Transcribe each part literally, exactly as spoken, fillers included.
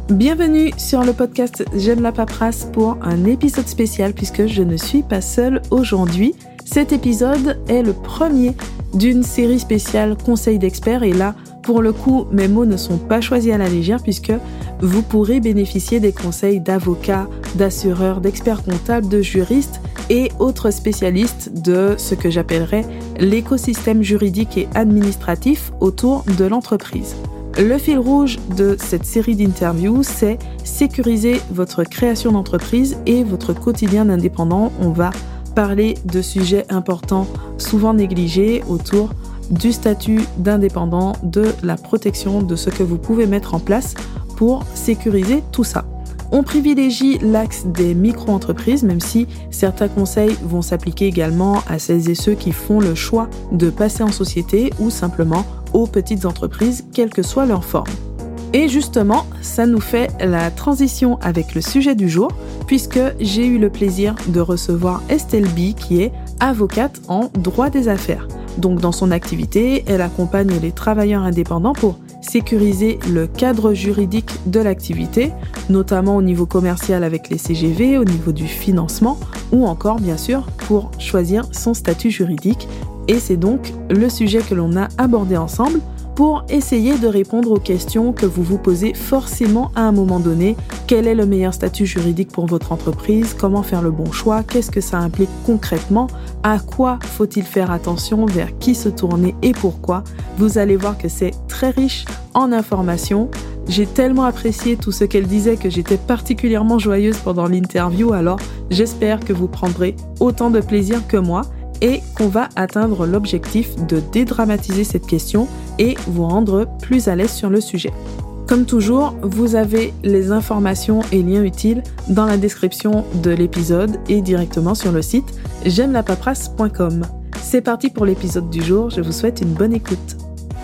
Bienvenue sur le podcast J'aime la paperasse pour un épisode spécial puisque je ne suis pas seule aujourd'hui. Cet épisode est le premier d'une série spéciale conseils d'experts et là, pour le coup, mes mots ne sont pas choisis à la légère puisque vous pourrez bénéficier des conseils d'avocats, d'assureurs, d'experts comptables, de juristes et autres spécialistes de ce que j'appellerais l'écosystème juridique et administratif autour de l'entreprise. Le fil rouge de cette série d'interviews, c'est sécuriser votre création d'entreprise et votre quotidien d'indépendant. On va parler de sujets importants, souvent négligés, autour du statut d'indépendant, de la protection, de ce que vous pouvez mettre en place pour sécuriser tout ça. On privilégie l'axe des micro-entreprises, même si certains conseils vont s'appliquer également à celles et ceux qui font le choix de passer en société ou simplement aux petites entreprises, quelle que soit leur forme. Et justement, ça nous fait la transition avec le sujet du jour, puisque j'ai eu le plaisir de recevoir Estelle B, qui est avocate en droit des affaires. Donc dans son activité, elle accompagne les travailleurs indépendants pour sécuriser le cadre juridique de l'activité, notamment au niveau commercial avec les C G V, au niveau du financement, ou encore bien sûr pour choisir son statut juridique. Et c'est donc le sujet que l'on a abordé ensemble pour essayer de répondre aux questions que vous vous posez forcément à un moment donné. Quel est le meilleur statut juridique pour votre entreprise? Comment faire le bon choix? Qu'est-ce que ça implique concrètement? À quoi faut-il faire attention? Vers qui se tourner et pourquoi? Vous allez voir que c'est très riche en informations. J'ai tellement apprécié tout ce qu'elle disait que j'étais particulièrement joyeuse pendant l'interview, alors j'espère que vous prendrez autant de plaisir que moi et qu'on va atteindre l'objectif de dédramatiser cette question et vous rendre plus à l'aise sur le sujet. Comme toujours, vous avez les informations et liens utiles dans la description de l'épisode et directement sur le site j'aime la paperasse point com. C'est parti pour l'épisode du jour, je vous souhaite une bonne écoute.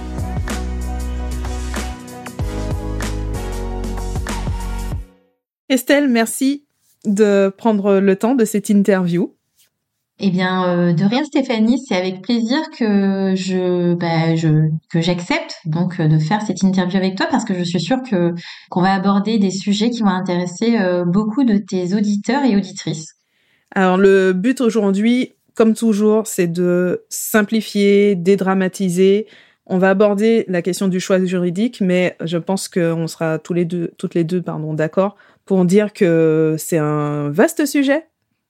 Estelle, merci de prendre le temps de cette interview. Eh bien, euh, de rien Stéphanie, c'est avec plaisir que je, bah, je que j'accepte donc euh, de faire cette interview avec toi parce que je suis sûre que qu'on va aborder des sujets qui vont intéresser euh, beaucoup de tes auditeurs et auditrices. Alors le but aujourd'hui, comme toujours, c'est de simplifier, dédramatiser. On va aborder la question du choix juridique, mais je pense qu'on sera tous les deux, toutes les deux, pardon, d'accord pour dire que c'est un vaste sujet.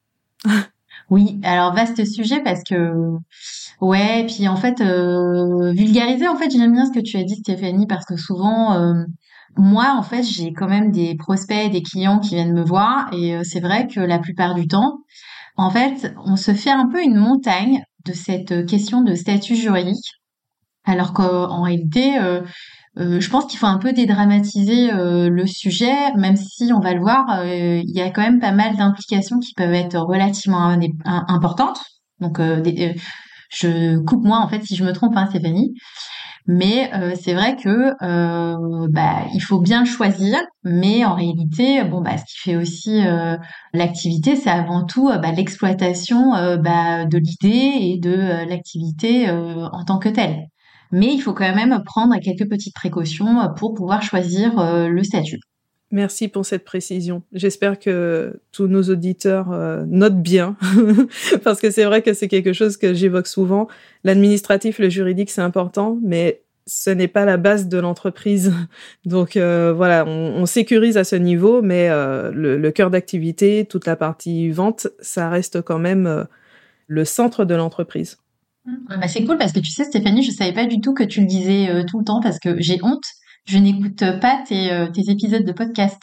Oui, alors vaste sujet parce que ouais, puis en fait euh, vulgariser en fait, j'aime bien ce que tu as dit Stéphanie parce que souvent euh, moi en fait, j'ai quand même des prospects, des clients qui viennent me voir et euh, c'est vrai que la plupart du temps, en fait, on se fait un peu une montagne de cette question de statut juridique alors qu'en réalité euh, euh, je pense qu'il faut un peu dédramatiser euh, le sujet, même si on va le voir, euh, il y a quand même pas mal d'implications qui peuvent être relativement in- in- importantes. Donc, euh, des- euh, je coupe moi en fait si je me trompe, hein, Stéphanie. Mais euh, c'est vrai que euh, bah, il faut bien choisir, mais en réalité, bon bah ce qui fait aussi euh, l'activité, c'est avant tout euh, bah, l'exploitation euh, bah, de l'idée et de euh, l'activité euh, en tant que telle. Mais il faut quand même prendre quelques petites précautions euh, pour pouvoir choisir euh, le statut. Merci pour cette précision. J'espère que tous nos auditeurs euh, notent bien, parce que c'est vrai que c'est quelque chose que j'évoque souvent. L'administratif, le juridique, c'est important, mais ce n'est pas la base de l'entreprise. Donc euh, voilà, on, on sécurise à ce niveau, mais euh, le, le cœur d'activité, toute la partie vente, ça reste quand même euh, le centre de l'entreprise. Bah, c'est cool parce que tu sais, Stéphanie, je savais pas du tout que tu le disais euh, tout le temps parce que j'ai honte. Je n'écoute pas tes, euh, tes épisodes de podcast.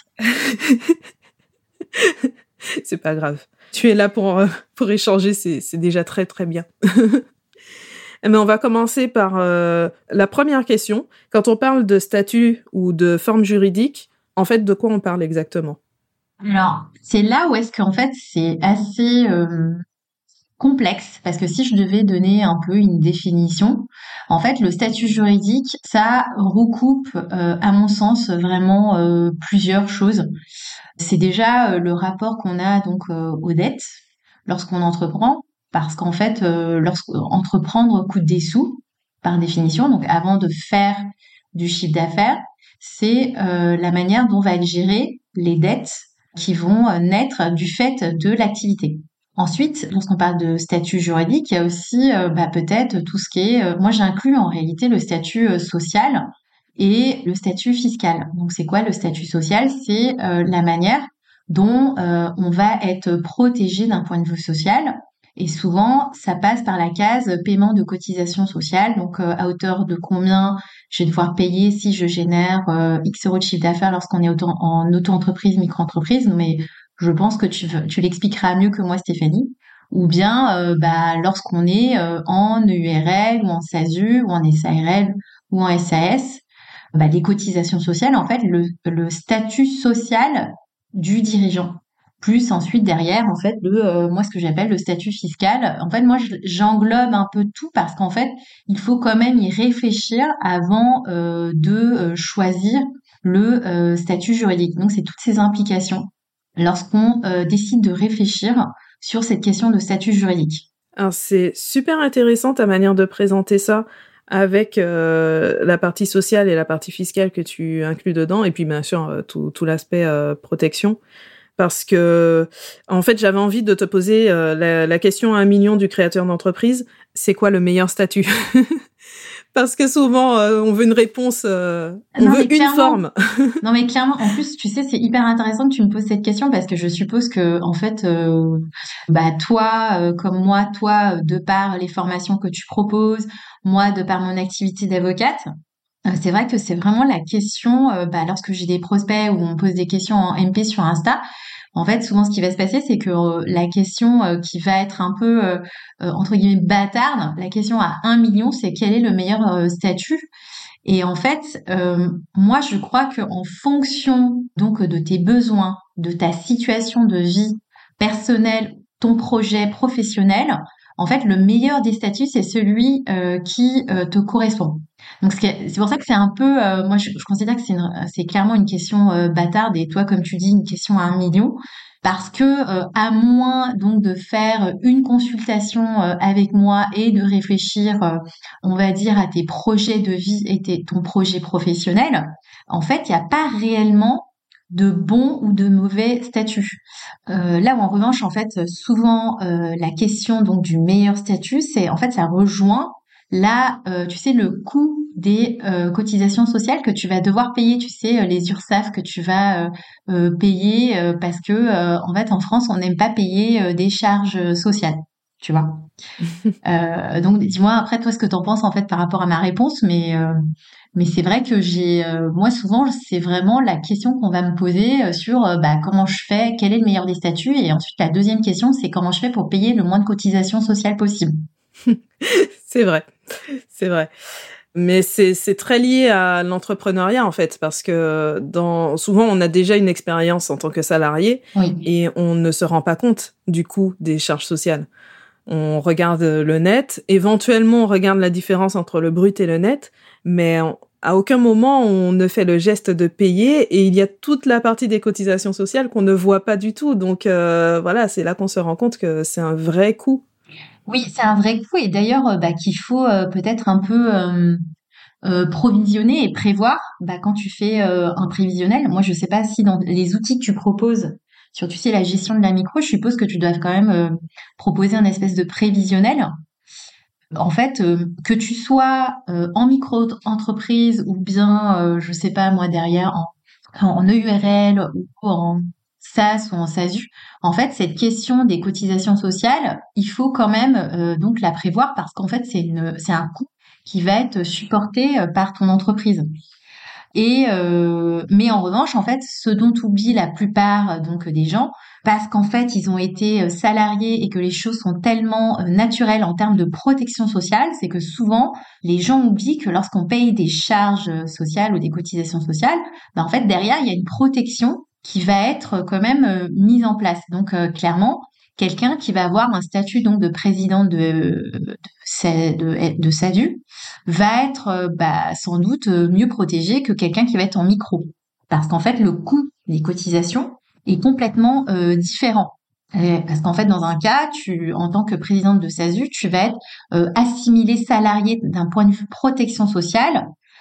C'est pas grave. Tu es là pour, euh, pour échanger, c'est, c'est déjà très très bien. Mais on va commencer par euh, la première question. Quand on parle de statut ou de forme juridique, en fait, de quoi on parle exactement? Alors, c'est là où est-ce qu'en fait c'est assez euh, complexe parce que si je devais donner un peu une définition, en fait, le statut juridique, ça recoupe, euh, à mon sens, vraiment euh, plusieurs choses. C'est déjà euh, le rapport qu'on a donc euh, aux dettes lorsqu'on entreprend, parce qu'en fait, euh, lorsqu'entreprendre coûte des sous par définition. Donc, avant de faire du chiffre d'affaires, c'est euh, la manière dont va être gérée les dettes qui vont euh, naître du fait de l'activité. Ensuite, lorsqu'on parle de statut juridique, il y a aussi euh, bah, peut-être tout ce qui est... euh, moi, j'inclus en réalité le statut euh, social et le statut fiscal. Donc, c'est quoi le statut social? C'est euh, la manière dont euh, on va être protégé d'un point de vue social. Et souvent, ça passe par la case paiement de cotisation sociale. Donc, euh, à hauteur de combien je vais devoir payer si je génère euh, X euros de chiffre d'affaires lorsqu'on est auto- en auto-entreprise, micro-entreprise. Mais je pense que tu, tu l'expliqueras mieux que moi, Stéphanie. Ou bien, euh, bah, lorsqu'on est euh, en E U R L ou en S A S U ou en S A R L ou en S A S, bah, les cotisations sociales, en fait, le, le statut social du dirigeant. Plus ensuite derrière, en fait, le, euh, moi, ce que j'appelle le statut fiscal. En fait, moi, je- j'englobe un peu tout parce qu'en fait, il faut quand même y réfléchir avant euh, de euh, choisir le euh, statut juridique. Donc, c'est toutes ces implications lorsqu'on euh, décide de réfléchir sur cette question de statut juridique. Alors, c'est super intéressant ta manière de présenter ça avec euh, la partie sociale et la partie fiscale que tu inclus dedans, et puis bien sûr euh, tout, tout l'aspect euh, protection. Parce que, en fait, j'avais envie de te poser euh, la, la question à un million du créateur d'entreprise, c'est quoi le meilleur statut? Parce que souvent, euh, on veut une réponse, euh, on Non, veut mais une clairement, forme. non mais clairement, en plus, tu sais, c'est hyper intéressant que tu me poses cette question parce que je suppose que, en fait, euh, bah toi, euh, comme moi, toi, euh, de par les formations que tu proposes, moi, de par mon activité d'avocate, euh, c'est vrai que c'est vraiment la question, euh, bah, lorsque j'ai des prospects ou on pose des questions en M P sur Insta. En fait, souvent, ce qui va se passer, c'est que euh, la question euh, qui va être un peu, euh, euh, entre guillemets, bâtarde, la question à un million, c'est quel est le meilleur euh, statut? Et en fait, euh, moi, je crois que en fonction donc de tes besoins, de ta situation de vie personnelle, ton projet professionnel, en fait, le meilleur des statuts, c'est celui euh, qui euh, te correspond. Donc, ce qui est- c'est pour ça que c'est un peu, euh, moi, je, je considère que c'est une- c'est clairement une question euh, bâtarde et toi, comme tu dis, une question à un million. Parce que euh, à moins donc de faire une consultation euh, avec moi et de réfléchir euh, on va dire, à tes projets de vie et tes, ton projet professionnel, en fait, il n'y a pas réellement de bon ou de mauvais statut. Euh, là où en revanche, en fait, souvent euh, la question donc du meilleur statut, c'est en fait ça rejoint là, euh, tu sais, le coût des euh, cotisations sociales que tu vas devoir payer, tu sais, euh, les URSSAF que tu vas euh, euh, payer euh, parce que euh, en fait en France on n'aime pas payer euh, des charges sociales, tu vois. Euh, donc dis-moi après toi ce que t'en penses en fait par rapport à ma réponse, mais euh, mais c'est vrai que j'ai euh, moi souvent c'est vraiment la question qu'on va me poser euh, sur euh, bah comment je fais, quel est le meilleur des statuts, et ensuite la deuxième question c'est comment je fais pour payer le moins de cotisations sociales possible. C'est vrai, c'est vrai. Mais c'est c'est très lié à l'entrepreneuriat en fait, parce que dans souvent on a déjà une expérience en tant que salarié Oui. et on ne se rend pas compte du coût des charges sociales. On regarde le net, éventuellement on regarde la différence entre le brut et le net, mais on- à aucun moment on ne fait le geste de payer, et il y a toute la partie des cotisations sociales qu'on ne voit pas du tout. Donc euh, voilà, c'est là qu'on se rend compte que c'est un vrai coût. Oui, c'est un vrai coût et d'ailleurs euh, bah, qu'il faut euh, peut-être un peu euh, euh, provisionner et prévoir bah, quand tu fais euh, un prévisionnel. Moi, je sais pas si dans les outils que tu proposes sur, tu sais, la gestion de la micro, je suppose que tu dois quand même euh, proposer un espèce de prévisionnel. En fait, euh, que tu sois euh, en micro-entreprise ou bien, euh, je sais pas moi, derrière en, en E U R L ou en S A S ou en S A S U, en fait, cette question des cotisations sociales, il faut quand même euh, donc la prévoir parce qu'en fait, c'est une, c'est un coût qui va être supporté euh, par ton entreprise. Et euh, mais en revanche, en fait, ce dont oublient la plupart euh, donc des gens, parce qu'en fait, ils ont été euh, salariés et que les choses sont tellement euh, naturelles en termes de protection sociale, c'est que souvent les gens oublient que lorsqu'on paye des charges euh, sociales ou des cotisations sociales, ben, en fait derrière il y a une protection qui va être euh, quand même euh, mise en place. Donc euh, clairement, quelqu'un qui va avoir un statut donc de président de de, de, de S A S U va être euh, bah, sans doute euh, mieux protégé que quelqu'un qui va être en micro. Parce qu'en fait, le coût des cotisations est complètement euh, différent. Et parce qu'en fait, dans un cas, tu, en tant que présidente de S A S U, tu vas être euh, assimilé salarié d'un point de vue protection sociale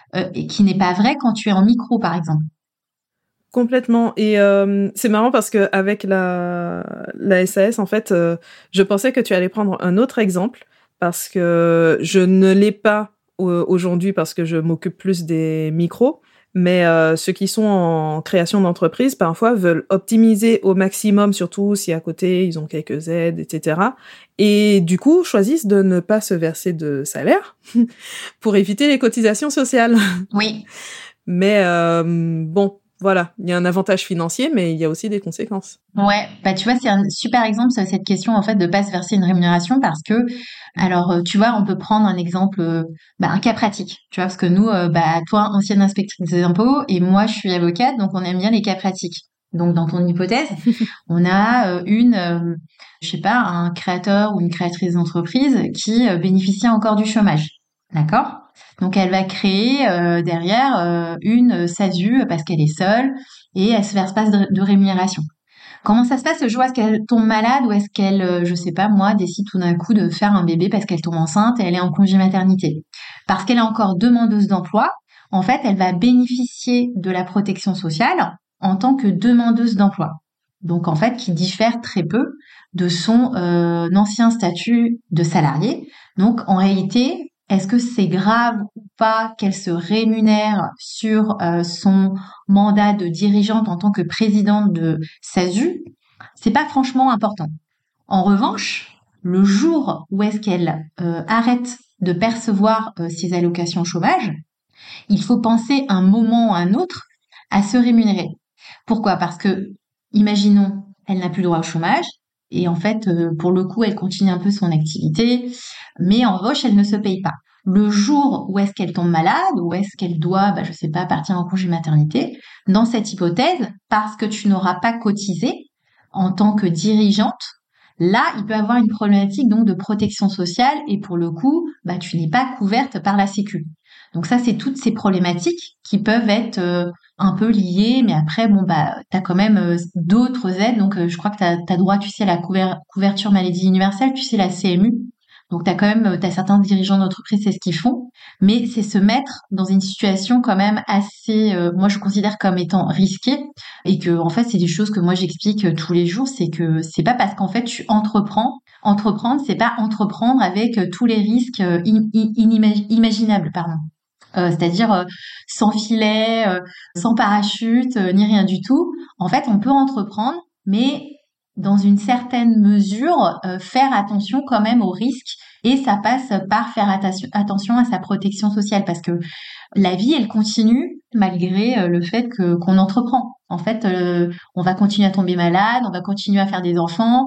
euh, et qui n'est pas vrai quand tu es en micro, par exemple. Complètement. Et euh, c'est marrant parce que avec la, la S A S, en fait, euh, je pensais que tu allais prendre un autre exemple parce que je ne l'ai pas euh, aujourd'hui parce que je m'occupe plus des micros. Mais euh, ceux qui sont en création d'entreprise, parfois, veulent optimiser au maximum, surtout si à côté, ils ont quelques aides, et cetera. Et du coup, choisissent de ne pas se verser de salaire pour éviter les cotisations sociales. Oui. Mais euh, bon, voilà, il y a un avantage financier, mais il y a aussi des conséquences. Ouais, bah tu vois, c'est un super exemple ça, cette question en fait de pas se verser une rémunération parce que, alors euh, tu vois, on peut prendre un exemple, euh, bah, un cas pratique, tu vois, parce que nous, euh, bah toi, ancienne inspectrice des impôts et moi, je suis avocate, donc on aime bien les cas pratiques. Donc dans ton hypothèse, on a euh, une, euh, je sais pas, un créateur ou une créatrice d'entreprise qui euh, bénéficie encore du chômage, d'accord? Donc elle va créer euh, derrière euh, une S A S U parce qu'elle est seule et elle se verse pas de, de rémunération. Comment ça se passe le jour? Est-ce qu'elle tombe malade ou est-ce qu'elle, euh, je sais pas moi, décide tout d'un coup de faire un bébé parce qu'elle tombe enceinte et elle est en congé maternité? Parce qu'elle est encore demandeuse d'emploi, en fait, elle va bénéficier de la protection sociale en tant que demandeuse d'emploi. Donc en fait, qui diffère très peu de son euh, ancien statut de salarié. Donc en réalité, est-ce que c'est grave ou pas qu'elle se rémunère sur euh, son mandat de dirigeante en tant que présidente de S A S U? C'est pas franchement important. En revanche, le jour où est-ce qu'elle euh, arrête de percevoir euh, ses allocations chômage, il faut penser un moment ou un autre à se rémunérer. Pourquoi? Parce que, imaginons, elle n'a plus droit au chômage, et en fait, euh, pour le coup, elle continue un peu son activité, mais en revanche, elle ne se paye pas. Le jour où est-ce qu'elle tombe malade, ou est-ce qu'elle doit, bah, je sais pas, partir en congé maternité, dans cette hypothèse, parce que tu n'auras pas cotisé en tant que dirigeante, là, il peut y avoir une problématique donc de protection sociale, et pour le coup, bah, tu n'es pas couverte par la Sécu. Donc ça, c'est toutes ces problématiques qui peuvent être euh, un peu liées, mais après, bon, bah, t'as quand même euh, d'autres aides. Donc, euh, je crois que t'as, t'as droit, tu sais, à la couver- couverture maladie universelle, tu sais, la C M U. Donc, t'as quand même, euh, t'as certains dirigeants d'entreprise, c'est ce qu'ils font. Mais c'est se mettre dans une situation quand même assez, euh, moi, je considère comme étant risquée. Et que, en fait, c'est des choses que moi, j'explique euh, tous les jours. C'est que c'est pas parce qu'en fait, tu entreprends. Entreprendre, c'est pas entreprendre avec euh, tous les risques euh, in- in- inimag- imaginables, pardon. Euh, c'est-à-dire euh, sans filet, euh, sans parachute, euh, ni rien du tout. En fait, on peut entreprendre, mais dans une certaine mesure, euh, faire attention quand même aux risques. Et ça passe par faire attention attention à sa protection sociale, parce que la vie, elle continue malgré euh, le fait que qu'on entreprend. En fait, euh, on va continuer à tomber malade, on va continuer à faire des enfants,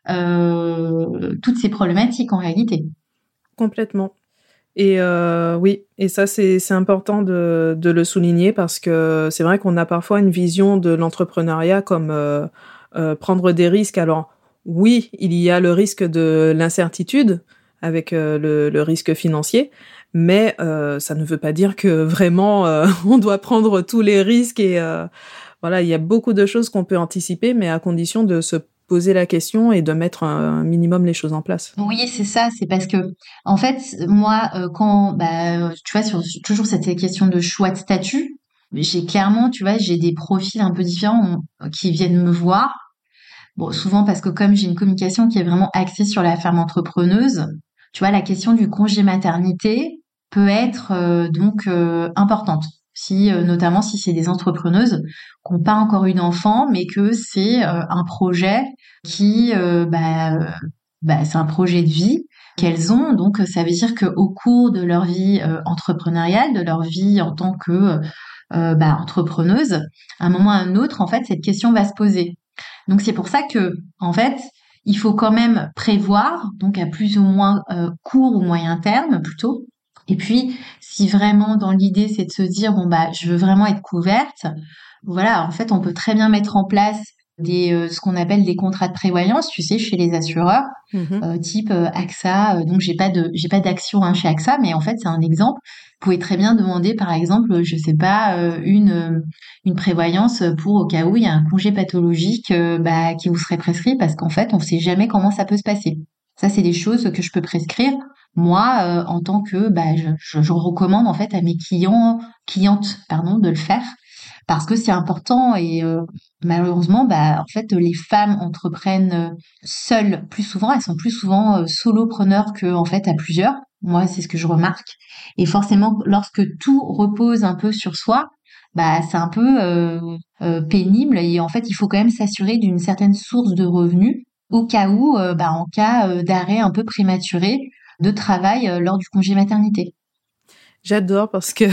euh, toutes ces problématiques en réalité. Complètement. Et euh, oui, et ça c'est c'est important de de le souligner parce que c'est vrai qu'on a parfois une vision de l'entrepreneuriat comme euh, euh, prendre des risques. Alors oui, il y a le risque de l'incertitude avec euh, le, le risque financier, mais euh, ça ne veut pas dire que vraiment euh, on doit prendre tous les risques et euh, voilà, il y a beaucoup de choses qu'on peut anticiper, mais à condition de se poser la question et de mettre un, un minimum les choses en place. Oui, c'est ça, c'est parce que, en fait, moi, euh, quand, bah, tu vois, sur sur toujours cette question de choix de statut, j'ai clairement, tu vois, j'ai des profils un peu différents on- qui viennent me voir. Bon, souvent parce que comme j'ai une communication qui est vraiment axée sur la femme entrepreneuse, tu vois, la question du congé maternité peut être euh, donc euh, importante. Si, euh, notamment si c'est des entrepreneuses qui n'ont pas encore eu d'enfant, mais que c'est euh, un projet qui, euh, bah, euh, bah, c'est un projet de vie qu'elles ont. Donc, ça veut dire qu'au cours de leur vie euh, entrepreneuriale, de leur vie en tant que euh, bah, entrepreneuse, à un moment ou à un autre, en fait, cette question va se poser. Donc c'est pour ça que, en fait, il faut quand même prévoir, donc à plus ou moins euh, court ou moyen terme plutôt. Et puis, si vraiment dans l'idée c'est de se dire bon bah je veux vraiment être couverte, voilà, en fait on peut très bien mettre en place des euh, ce qu'on appelle des contrats de prévoyance, tu sais, chez les assureurs, Mhm. euh, type euh, AXA. Euh, donc j'ai pas de j'ai pas d'action hein, chez AXA, mais en fait c'est un exemple. Vous pouvez très bien demander par exemple, je sais pas, euh, une euh, une prévoyance pour au cas où il y a un congé pathologique euh, bah, qui vous serait prescrit, parce qu'en fait on sait jamais comment ça peut se passer. Ça, c'est des choses que je peux prescrire. Moi, euh, en tant que, bah, je, je, je recommande en fait à mes clients, clientes, pardon, de le faire parce que c'est important et euh, malheureusement, bah, en fait, les femmes entreprennent euh, seules plus souvent. Elles sont plus souvent euh, solopreneurs que en fait à plusieurs. Moi, c'est ce que je remarque. Et forcément, lorsque tout repose un peu sur soi, bah, c'est un peu euh, euh, pénible et en fait, il faut quand même s'assurer d'une certaine source de revenus au cas où, euh, bah, en cas euh, d'arrêt un peu prématuré de travail euh, lors du congé maternité. J'adore parce que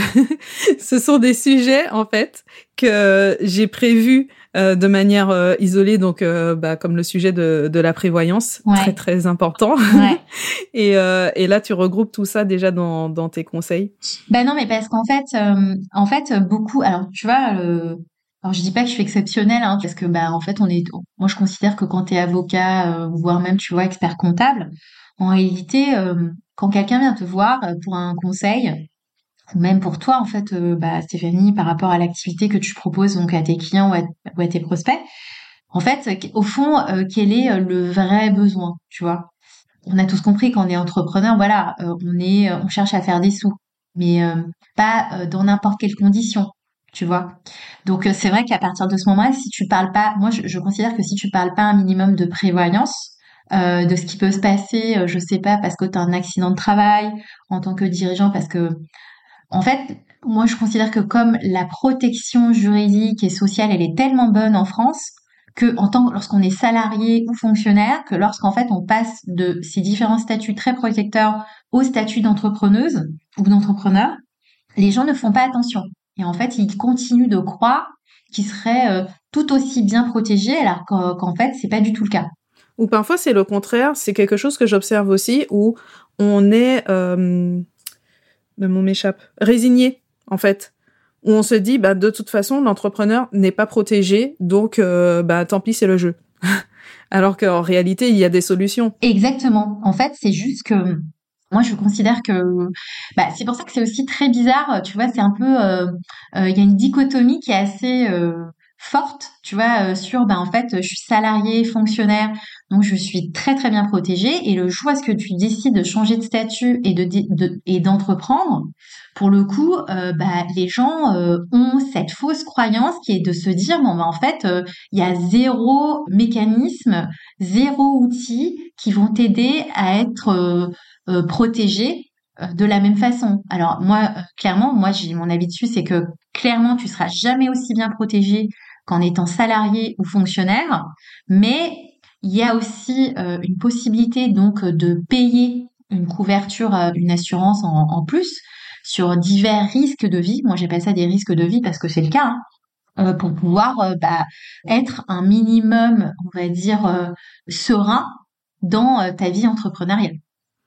ce sont des sujets, en fait, que j'ai prévus euh, de manière euh, isolée, donc euh, bah, comme le sujet de, de la prévoyance, Ouais. très très important. Ouais. et, euh, et là, tu regroupes tout ça déjà dans, dans tes conseils. Ben non, mais parce qu'en fait, euh, en fait, beaucoup. Alors, tu vois, euh, alors je dis pas que je suis exceptionnelle, hein, parce que bah en fait, on est. Moi, je considère que quand t'es avocat, euh, voire même, tu vois, expert comptable, en réalité, euh, quand quelqu'un vient te voir euh, pour un conseil, ou même pour toi, en fait, euh, bah Stéphanie, par rapport à l'activité que tu proposes donc à tes clients ou à, ou à tes prospects, en fait, au fond, euh, quel est euh, le vrai besoin, tu vois? On a tous compris quand on est entrepreneur, voilà, euh, on est, euh, on cherche à faire des sous, mais euh, pas euh, dans n'importe quelle condition, tu vois. Donc euh, c'est vrai qu'à partir de ce moment-là, si tu parles pas, moi je, je considère que si tu parles pas un minimum de prévoyance, euh, de ce qui peut se passer, euh, je sais pas, parce que tu as un accident de travail en tant que dirigeant, parce que en fait, moi je considère que comme la protection juridique et sociale, elle est tellement bonne en France que en tant lorsqu'on est salarié ou fonctionnaire, que lorsqu'en fait on passe de ces différents statuts très protecteurs au statut d'entrepreneuse ou d'entrepreneur, les gens ne font pas attention. Et en fait, ils continuent de croire qu'ils seraient euh, tout aussi bien protégés, alors qu'en, qu'en fait, c'est pas du tout le cas. Ou parfois, c'est le contraire. C'est quelque chose que j'observe aussi où on est... Euh, le mot m'échappe. Résigné, en fait. Où on se dit, bah, de toute façon, l'entrepreneur n'est pas protégé, donc euh, bah, tant pis, c'est le jeu. Alors qu'en réalité, il y a des solutions. Exactement. En fait, c'est juste que moi, je considère que bah, c'est pour ça que c'est aussi très bizarre. Tu vois, c'est un peu, euh, euh, il y a une dichotomie qui est assez euh, forte. Tu vois, euh, sur, bah, en fait, je suis salarié, fonctionnaire, donc je suis très très bien protégée. Et le jour où est-ce que tu décides de changer de statut et de, de et d'entreprendre, pour le coup, euh, bah, les gens euh, ont cette fausse croyance qui est de se dire, bon, bah, en fait, euh, il y a zéro mécanisme, zéro outil qui vont t'aider à être euh, euh, protégé euh, de la même façon. Alors moi, euh, clairement, moi j'ai mon avis dessus, c'est que clairement tu seras jamais aussi bien protégé qu'en étant salarié ou fonctionnaire, mais il y a aussi euh, une possibilité donc de payer une couverture, euh, une assurance en, en plus sur divers risques de vie. Moi j'appelle ça des risques de vie parce que c'est le cas. Hein. Euh, pour pouvoir euh, bah, être un minimum, on va dire, euh, serein dans euh, ta vie entrepreneuriale.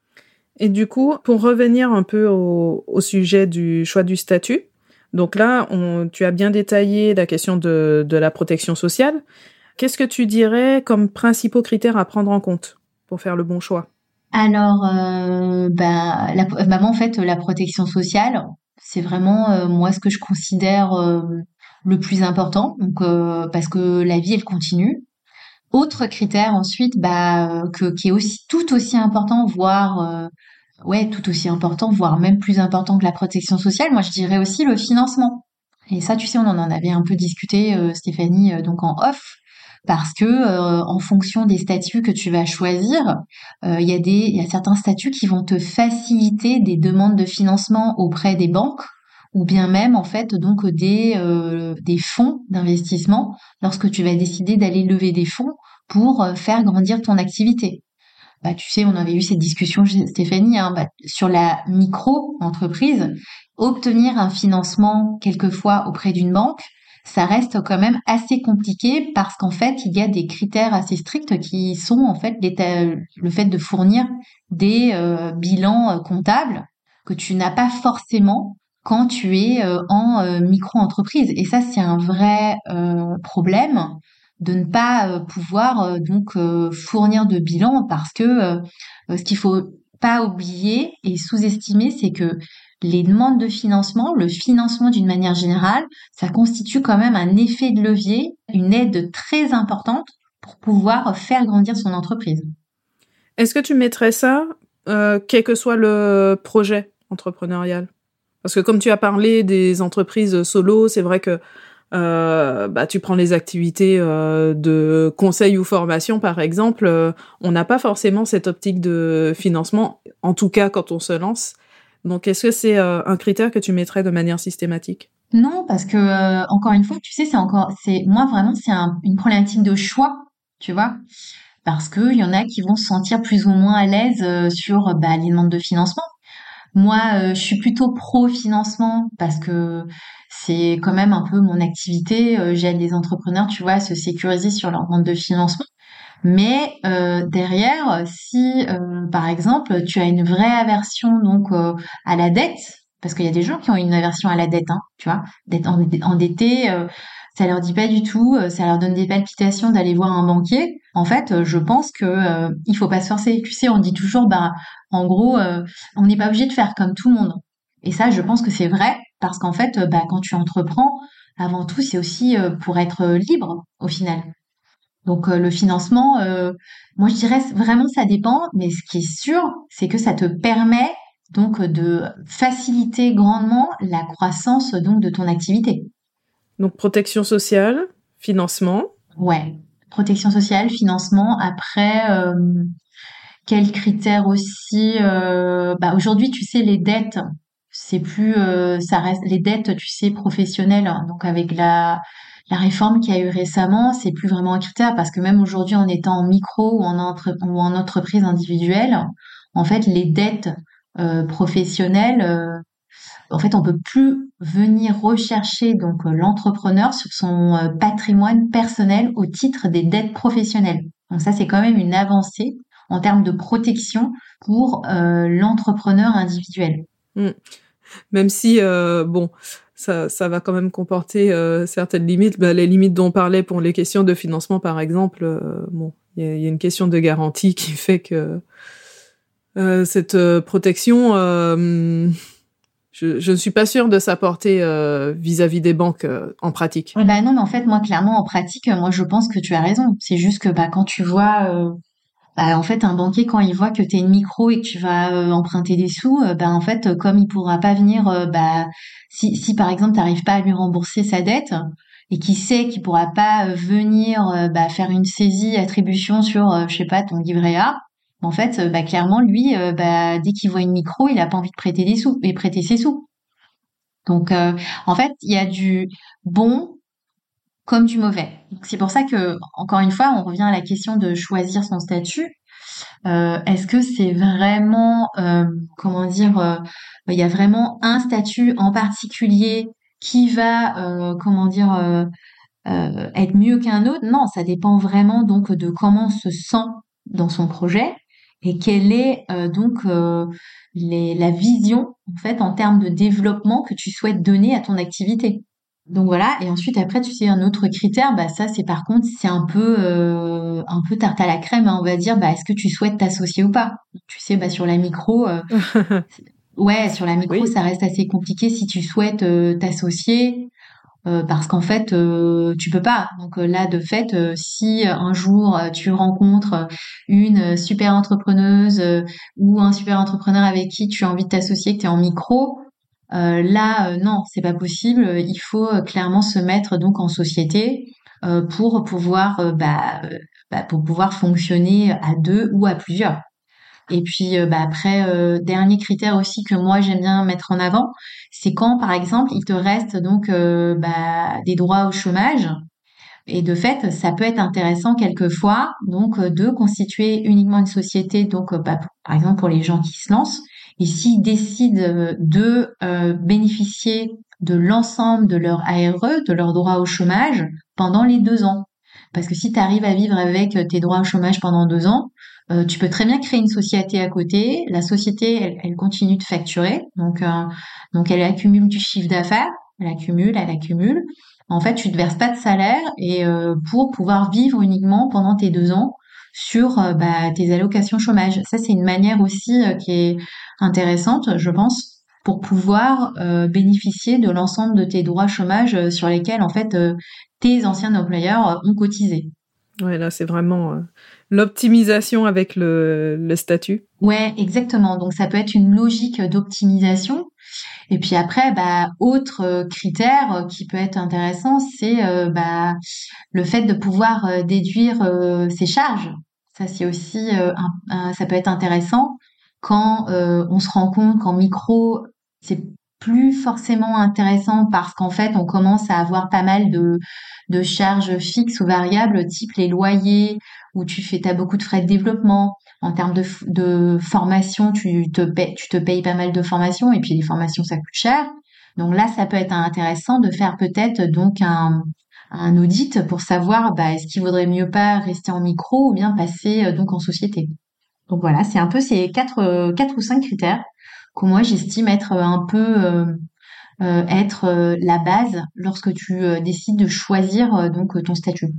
Et du coup, pour revenir un peu au, au sujet du choix du statut, donc là, on, tu as bien détaillé la question de, de la protection sociale. Qu'est-ce que tu dirais comme principaux critères à prendre en compte pour faire le bon choix? Alors, euh, bah, la, bah, moi, en fait, la protection sociale, c'est vraiment euh, moi ce que je considère euh, le plus important, donc euh, parce que la vie elle continue. Autre critère ensuite, bah que qui est aussi tout aussi important, voire euh, ouais tout aussi important, voire même plus important que la protection sociale. Moi, je dirais aussi le financement. Et ça, tu sais, on en avait un peu discuté, euh, Stéphanie, euh, donc en off. Parce que euh, en fonction des statuts que tu vas choisir, euh, il y a des, il y a certains statuts qui vont te faciliter des demandes de financement auprès des banques ou bien même en fait donc des euh, des fonds d'investissement lorsque tu vas décider d'aller lever des fonds pour euh, faire grandir ton activité. Bah, tu sais, on avait eu cette discussion, Stéphanie, hein, bah, sur la micro-entreprise. Obtenir un financement quelquefois auprès d'une banque, ça reste quand même assez compliqué parce qu'en fait, il y a des critères assez stricts qui sont en fait le fait de fournir des euh, bilans euh, comptables que tu n'as pas forcément quand tu es euh, en euh, micro-entreprise. Et ça, c'est un vrai euh, problème de ne pas euh, pouvoir euh, donc euh, fournir de bilan parce que euh, ce qu'il faut pas oublier et sous-estimer, c'est que les demandes de financement, le financement d'une manière générale, ça constitue quand même un effet de levier, une aide très importante pour pouvoir faire grandir son entreprise. Est-ce que tu mettrais ça, euh, quel que soit le projet entrepreneurial? Parce que comme tu as parlé des entreprises solo, c'est vrai que euh, bah, tu prends les activités euh, de conseil ou formation, par exemple, euh, on n'a pas forcément cette optique de financement, en tout cas quand on se lance. Donc, est-ce que c'est euh, un critère que tu mettrais de manière systématique? Non, parce que euh, encore une fois, tu sais, c'est encore, c'est moi vraiment, c'est un- une problématique de choix, tu vois, parce que il y en a qui vont se sentir plus ou moins à l'aise euh, sur bah, les demandes de financement. Moi, euh, je suis plutôt pro financement parce que c'est quand même un peu mon activité. Euh, j'aide les entrepreneurs, tu vois, à se sécuriser sur leur demande de financement. Mais euh, derrière, si euh, par exemple tu as une vraie aversion donc euh, à la dette, parce qu'il y a des gens qui ont une aversion à la dette, hein, tu vois, d'être endetté, endetté, euh, ça leur dit pas du tout, euh, ça leur donne des palpitations d'aller voir un banquier. En fait, euh, je pense que euh, il faut pas se forcer. Tu sais, on dit toujours, bah, en gros, euh, on n'est pas obligé de faire comme tout le monde. Et ça, je pense que c'est vrai parce qu'en fait, euh, bah, quand tu entreprends, avant tout, c'est aussi euh, pour être libre au final. Donc euh, le financement, euh, moi je dirais vraiment ça dépend, mais ce qui est sûr, c'est que ça te permet donc de faciliter grandement la croissance donc de ton activité. Donc, protection sociale, financement. Ouais, protection sociale, financement. Après, euh, quels critères aussi euh, bah aujourd'hui, tu sais, les dettes, c'est plus, euh, ça reste les dettes, tu sais, professionnelles. Hein. Donc avec la la réforme qu'il y a eu récemment, c'est plus vraiment un critère parce que même aujourd'hui, en étant en micro ou en entre, ou en entreprise individuelle, en fait, les dettes euh, professionnelles, euh, en fait, on peut plus venir rechercher donc euh, l'entrepreneur sur son euh, patrimoine personnel au titre des dettes professionnelles. Donc ça, c'est quand même une avancée en termes de protection pour euh, l'entrepreneur individuel. Mm. Même si, euh, bon, ça, ça va quand même comporter euh, certaines limites. Bah, les limites dont on parlait pour les questions de financement, par exemple, euh, bon, il y, a- y a une question de garantie qui fait que euh, cette euh, protection, euh, je, je ne suis pas sûre de sa portée euh, vis-à-vis des banques euh, en pratique. Eh ben non, mais en fait, moi, clairement, en pratique, moi, je pense que tu as raison. C'est juste que bah, quand tu vois, euh, bah, en fait, un banquier, quand il voit que tu es une micro et que tu vas euh, emprunter des sous, euh, bah, en fait, euh, comme il pourra pas venir, euh, bah, si, si par exemple, tu n'arrives pas à lui rembourser sa dette et qu'il sait qu'il pourra pas euh, venir euh, bah, faire une saisie, attribution sur, euh, je sais pas, ton livret A, en fait, euh, bah, clairement, lui, euh, bah, dès qu'il voit une micro, il a pas envie de prêter des sous et prêter ses sous. Donc, euh, en fait, il y a du bon comme du mauvais. Donc, c'est pour ça que, encore une fois, on revient à la question de choisir son statut. Euh, est-ce que c'est vraiment, euh, comment dire, euh, il y a vraiment un statut en particulier qui va, euh, comment dire, euh, euh, être mieux qu'un autre? Non, ça dépend vraiment donc de comment on se sent dans son projet et quelle est euh, donc euh, les, la vision en fait en termes de développement que tu souhaites donner à ton activité. Donc voilà, et ensuite après tu sais un autre critère, bah ça c'est par contre c'est un peu euh, un peu tarte à la crème, hein, on va dire, bah est-ce que tu souhaites t'associer ou pas? Tu sais, bah sur la micro, euh, ouais sur la micro Oui. ça reste assez compliqué si tu souhaites euh, t'associer euh, parce qu'en fait euh, tu peux pas. Donc euh, là de fait, euh, si euh, un jour euh, tu rencontres une euh, super entrepreneuse euh, ou un super entrepreneur avec qui tu as envie de t'associer, que tu es en micro. Euh, là, euh, non, c'est pas possible. Il faut euh, clairement se mettre donc en société euh, pour pouvoir, euh, bah, euh, bah, pour pouvoir fonctionner à deux ou à plusieurs. Et puis, euh, bah, après, euh, dernier critère aussi que moi j'aime bien mettre en avant, c'est quand, par exemple, il te reste donc euh, bah, des droits au chômage. Et de fait, ça peut être intéressant quelquefois donc euh, de constituer uniquement une société, donc euh, bah, pour- par exemple pour les gens qui se lancent, et s'ils décident euh, de euh, bénéficier de l'ensemble de leur A R E, de leurs droits au chômage pendant les deux ans. Parce que si tu arrives à vivre avec euh, tes droits au chômage pendant deux ans, euh, tu peux très bien créer une société à côté. La société, elle, elle continue de facturer, donc euh, donc elle accumule du chiffre d'affaires, elle accumule, elle accumule. En fait, tu te verses pas de salaire et euh, pour pouvoir vivre uniquement pendant tes deux ans sur euh, bah, tes allocations chômage. Ça, c'est une manière aussi euh, qui est intéressante, je pense, pour pouvoir euh, bénéficier de l'ensemble de tes droits chômage euh, sur lesquels en fait euh, tes anciens employeurs euh, ont cotisé. Ouais, là, c'est vraiment euh, l'optimisation avec le, le statut. Ouais, exactement. Donc ça peut être une logique d'optimisation. Et puis après, bah, autre euh, critère euh, qui peut être intéressant, c'est euh, bah, le fait de pouvoir euh, déduire euh, ses charges. Ça, c'est aussi, euh, un- un- ça peut être intéressant quand euh, on se rend compte qu'en micro, c'est plus forcément intéressant parce qu'en fait, on commence à avoir pas mal de, de charges fixes ou variables, type les loyers, où tu fais, t'as beaucoup de frais de développement. En termes de, f- de formation, tu te payes, tu te payes pas mal de formations et puis les formations, ça coûte cher. Donc là, ça peut être intéressant de faire peut-être donc un, un audit pour savoir bah, est-ce qu'il vaudrait mieux pas rester en micro ou bien passer euh, donc en société. Donc voilà, c'est un peu ces quatre, euh, quatre ou cinq critères que moi j'estime être euh, un peu euh, euh, être euh, la base lorsque tu euh, décides de choisir euh, donc ton statut.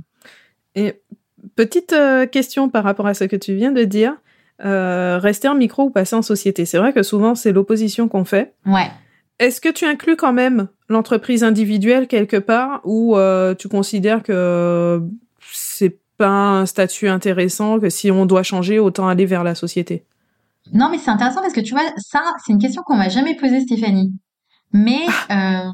Et petite euh, question par rapport à ce que tu viens de dire, euh, rester en micro ou passer en société. C'est vrai que souvent, c'est l'opposition qu'on fait. Ouais. Est-ce que tu inclus quand même l'entreprise individuelle quelque part ou euh, tu considères que c'est pas un statut intéressant, que si on doit changer, autant aller vers la société? Non, mais c'est intéressant parce que tu vois, ça, c'est une question qu'on m'a jamais posée, Stéphanie. Mais euh,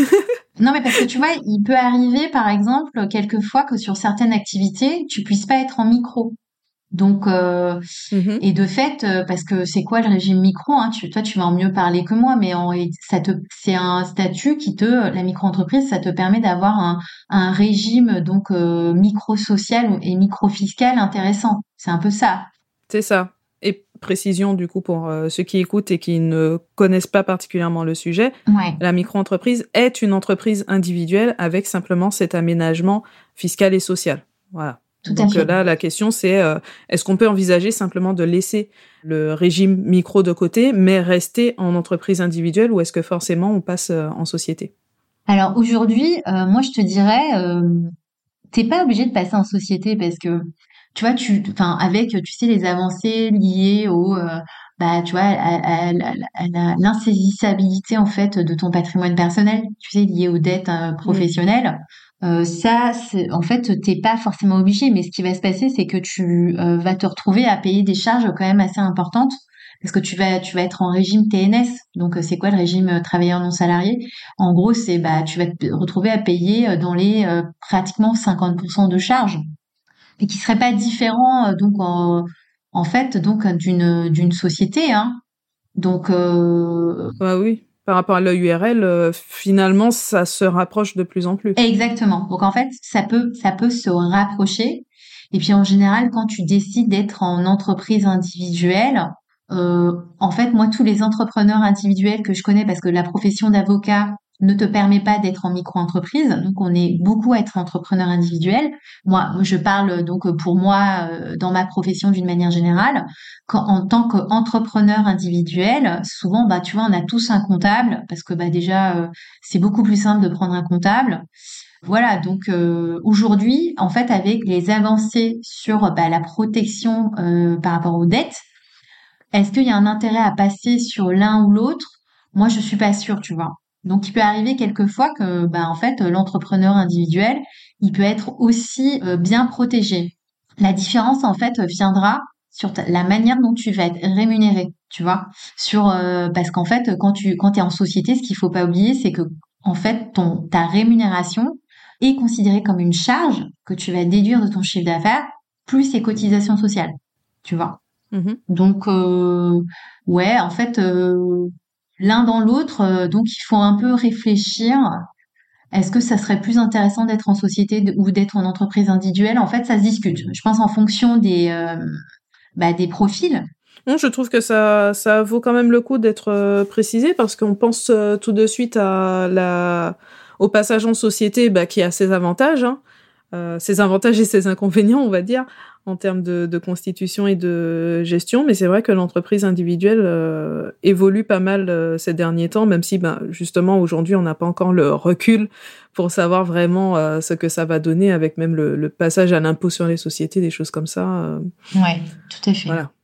non, mais parce que tu vois, il peut arriver, par exemple, quelquefois que sur certaines activités, tu puisses pas être en micro. Donc, euh, Mhm. et de fait, euh, parce que c'est quoi le régime micro, hein, tu, toi, tu vas en mieux parler que moi, mais en, ça te, c'est un statut qui te, la micro-entreprise, ça te permet d'avoir un, un régime donc euh, micro-social et micro-fiscal intéressant. C'est un peu ça. C'est ça. Et précision, du coup, pour euh, ceux qui écoutent et qui ne connaissent pas particulièrement le sujet, Ouais, la micro-entreprise est une entreprise individuelle avec simplement cet aménagement fiscal et social. Voilà. tout à Donc euh, fait. là, la question, c'est euh, est-ce qu'on peut envisager simplement de laisser le régime micro de côté, mais rester en entreprise individuelle, ou est-ce que forcément on passe euh, en société? Alors aujourd'hui, euh, moi, je te dirais, euh, t'es pas obligé de passer en société parce que tu vois tu enfin avec tu sais les avancées liées au euh, bah tu vois à, à- à- à la- l'insaisissabilité en fait de ton patrimoine personnel, tu sais lié aux dettes euh, Mm. professionnelles. Euh, ça c'est en fait t'es pas forcément obligé, mais ce qui va se passer c'est que tu euh, vas te retrouver à payer des charges quand même assez importantes parce que tu vas tu vas être en régime T N S. Donc euh, c'est quoi le régime euh, travailleur non salarié? En gros, c'est bah tu vas te retrouver à payer euh, dans les euh, pratiquement cinquante pour cent de charges et qui serait pas différent euh, donc en, en fait donc euh, d'une d'une société hein. Donc euh, Bah oui. Par rapport à l'E U R L, euh, finalement, ça se rapproche de plus en plus. exactement. Donc en fait, ça peut ça peut se rapprocher. Et puis en général, quand tu décides d'être en entreprise individuelle, euh, en fait, moi, tous les entrepreneurs individuels que je connais, parce que la profession d'avocat ne te permet pas d'être en micro-entreprise, donc on est beaucoup à être entrepreneur individuel. Moi, je parle donc pour moi euh, dans ma profession d'une manière générale. Quand, en tant qu'entrepreneur individuel, souvent, bah, tu vois, on a tous un comptable, parce que bah déjà, euh, c'est beaucoup plus simple de prendre un comptable. Voilà, donc euh, aujourd'hui, en fait, avec les avancées sur bah, la protection euh, par rapport aux dettes, est-ce qu'il y a un intérêt à passer sur l'un ou l'autre? Moi, je suis pas sûre, tu vois. Donc, il peut arriver quelquefois que, bah, en fait, l'entrepreneur individuel, il peut être aussi euh, bien protégé. La différence, en fait, viendra sur ta- la manière dont tu vas être rémunéré, tu vois. Sur euh, parce qu'en fait, quand tu quand t'es en société, ce qu'il faut pas oublier, c'est que en fait, ton ta rémunération est considérée comme une charge que tu vas déduire de ton chiffre d'affaires plus ses cotisations sociales, tu vois. Mhm. Donc, euh, ouais, en fait, euh, l'un dans l'autre, euh, donc il faut un peu réfléchir. Est-ce que ça serait plus intéressant d'être en société de- ou d'être en entreprise individuelle? En fait, ça se discute. Je pense en fonction des, euh, bah, des profils. Non, je trouve que ça, ça vaut quand même le coup d'être euh, précisé parce qu'on pense euh, tout de suite à la, au passage en société, bah, qui a ses avantages, hein, euh, ses avantages et ses inconvénients, on va dire, en termes de, de constitution et de gestion. Mais c'est vrai que l'entreprise individuelle euh, évolue pas mal euh, ces derniers temps, même si, bah, justement, aujourd'hui, on n'a pas encore le recul pour savoir vraiment euh, ce que ça va donner avec même le, le passage à l'impôt sur les sociétés, des choses comme ça. euh, Ouais, tout à fait. voilà.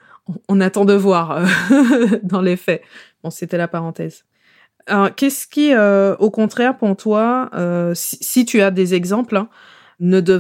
On attend de voir euh, dans les faits. Bon, c'était la parenthèse. Alors, qu'est-ce qui, euh, au contraire, pour toi, euh, si, si tu as des exemples, hein, ne devrait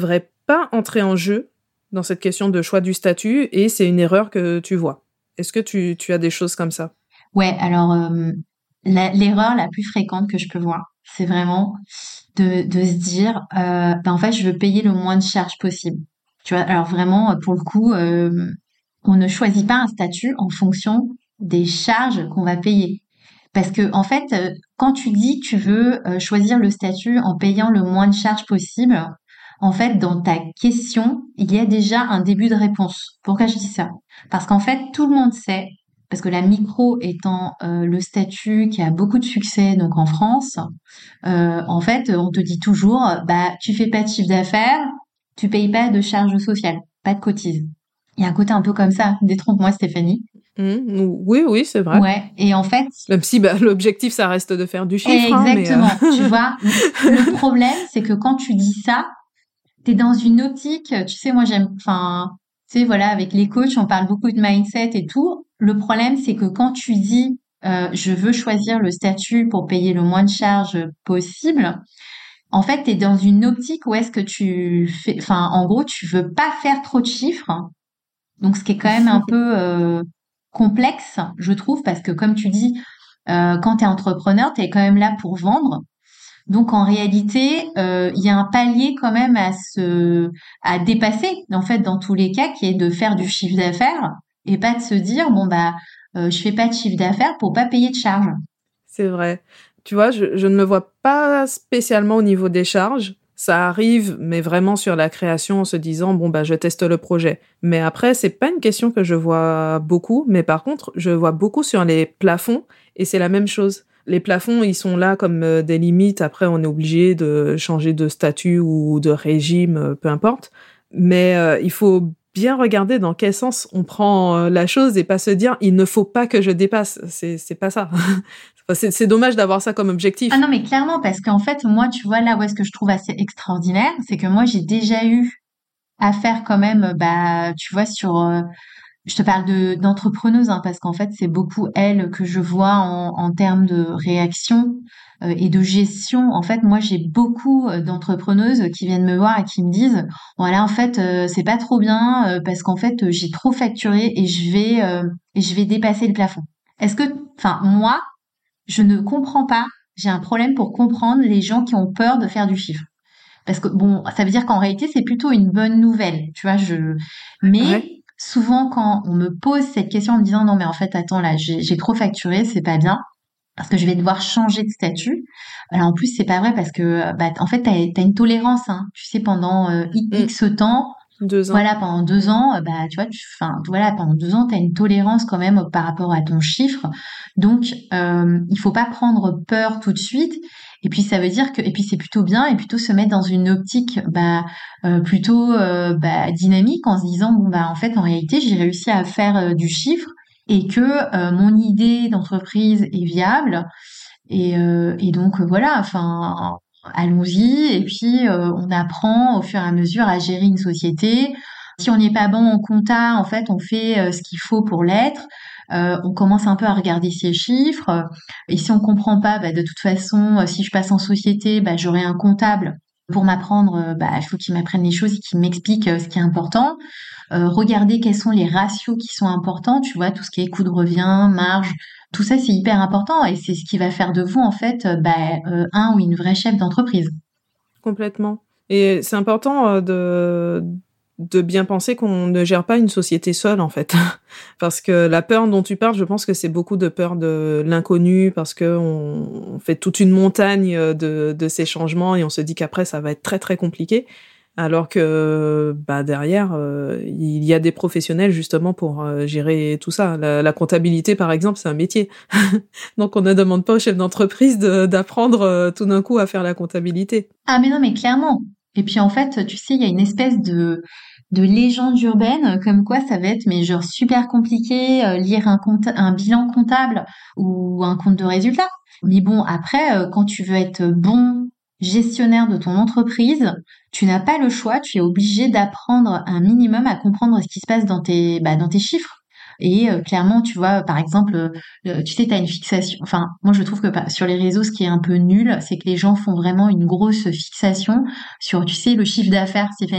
pas entrer en jeu dans cette question de choix du statut et c'est une erreur que tu vois. Est-ce que tu, tu as des choses comme ça? Ouais, alors euh, la- l'erreur la plus fréquente que je peux voir, c'est vraiment de, de se dire, euh, ben en fait, je veux payer le moins de charges possible. Tu vois, alors vraiment, pour le coup, euh, on ne choisit pas un statut en fonction des charges qu'on va payer. Parce que en fait, euh, quand tu dis que tu veux euh, choisir le statut en payant le moins de charges possible, en fait, dans ta question, il y a déjà un début de réponse. Pourquoi je dis ça? Parce qu'en fait, tout le monde sait, parce que la micro étant euh, le statut qui a beaucoup de succès donc en France, euh, en fait, on te dit toujours, bah, tu fais pas de chiffre d'affaires, tu payes pas de charges sociales, pas de cotises. Il y a un côté un peu comme ça. Détrompe-moi, Stéphanie. Mmh, oui, oui, c'est vrai. Ouais. Et en fait, même si bah, l'objectif, ça reste de faire du chiffre. exactement. Hein, mais euh... Tu vois, le problème, c'est que quand tu dis ça, t'es dans une optique, tu sais, moi j'aime, enfin, tu sais, voilà, avec les coachs, on parle beaucoup de mindset et tout. Le problème, c'est que quand tu dis, euh, je veux choisir le statut pour payer le moins de charges possible, en fait, t'es dans une optique où est-ce que tu fais, enfin, en gros, tu veux pas faire trop de chiffres. Donc, ce qui est quand même un peu euh, complexe, je trouve, parce que comme tu dis, euh, quand t'es entrepreneur, t'es quand même là pour vendre. Donc en réalité, euh, il y a un palier quand même à se à dépasser en fait dans tous les cas qui est de faire du chiffre d'affaires et pas de se dire bon bah euh, je fais pas de chiffre d'affaires pour pas payer de charges. C'est vrai. Tu vois, je, je ne me vois pas spécialement au niveau des charges. Ça arrive, mais vraiment sur la création en se disant bon bah je teste le projet. Mais après, c'est pas une question que je vois beaucoup, mais par contre, je vois beaucoup sur les plafonds et c'est la même chose. Les plafonds, ils sont là comme euh, des limites. Après, on est obligé de changer de statut ou de régime, euh, peu importe. Mais euh, il faut bien regarder dans quel sens on prend euh, la chose et pas se dire il ne faut pas que je dépasse. C'est c'est pas ça. c'est, c'est dommage d'avoir ça comme objectif. Ah non mais clairement parce qu'en fait moi tu vois là où est-ce que je trouve assez extraordinaire, c'est que moi j'ai déjà eu à faire quand même bah tu vois sur euh, je te parle de d'entrepreneuses hein, parce qu'en fait c'est beaucoup elles que je vois en, en termes de réaction euh, et de gestion. En fait, moi j'ai beaucoup euh, d'entrepreneuses qui viennent me voir et qui me disent voilà en fait euh, c'est pas trop bien euh, parce qu'en fait euh, j'ai trop facturé et je vais euh, et je vais dépasser le plafond. Est-ce que enfin moi je ne comprends pas. J'ai un problème pour comprendre les gens qui ont peur de faire du chiffre. Parce que bon, ça veut dire qu'en réalité, c'est plutôt une bonne nouvelle, tu vois, je, mais Ouais. souvent quand on me pose cette question en me disant non mais en fait attends là, j'ai, j'ai trop facturé, c'est pas bien, parce que je vais devoir changer de statut. Alors en plus c'est pas vrai parce que bah en fait t'as, t'as une tolérance, hein, tu sais pendant euh, Mm. X temps. Deux ans. Voilà, pendant deux ans, euh, bah, tu vois, tu, enfin, voilà, pendant deux ans, tu as une tolérance quand même par rapport à ton chiffre. Donc, euh, il faut pas prendre peur tout de suite. Et puis, ça veut dire que, et puis, c'est plutôt bien, et plutôt se mettre dans une optique, bah, euh, plutôt, euh, bah, dynamique en se disant, bon, bah, en fait, en réalité, j'ai réussi à faire euh, du chiffre et que euh, mon idée d'entreprise est viable. Et, euh, et donc, euh, voilà, enfin, allons-y. Et puis, euh, on apprend au fur et à mesure à gérer une société. Si on n'est pas bon en compta, en fait, on fait euh, ce qu'il faut pour l'être. Euh, on commence un peu à regarder ses chiffres. Et si on comprend pas, bah, de toute façon, euh, si je passe en société, bah, j'aurai un comptable pour m'apprendre. Euh, bah, il faut qu'il m'apprenne les choses et qu'il m'explique euh, ce qui est important. Euh, regarder quels sont les ratios qui sont importants. Tu vois, tout ce qui est coût de revient, marge. Tout ça, c'est hyper important et c'est ce qui va faire de vous, en fait, euh, bah, euh, un ou une vraie chef d'entreprise. Complètement. Et c'est important euh, de de bien penser qu'on ne gère pas une société seule, en fait. Parce que la peur dont tu parles, je pense que c'est beaucoup de peur de l'inconnu, parce que on, on fait toute une montagne de, de ces changements et on se dit qu'après, ça va être très, très compliqué. Alors que bah, derrière, euh, il y a des professionnels justement pour euh, gérer tout ça. La, la comptabilité, par exemple, c'est un métier. Donc, on ne demande pas aux chefs d'entreprise de, d'apprendre euh, tout d'un coup à faire la comptabilité. Ah mais non, mais clairement. Et puis en fait, tu sais, il y a une espèce de de légende urbaine comme quoi ça va être mais genre super compliqué euh, lire un compte un bilan comptable ou un compte de résultat. Mais bon, après euh, quand tu veux être bon gestionnaire de ton entreprise, tu n'as pas le choix, tu es obligé d'apprendre un minimum à comprendre ce qui se passe dans tes bah, dans tes chiffres. Et euh, clairement, tu vois, par exemple, euh, euh, tu sais, tu as une fixation. Enfin, moi, je trouve que bah, sur les réseaux, ce qui est un peu nul, c'est que les gens font vraiment une grosse fixation sur, tu sais, le chiffre d'affaires, Stéphanie.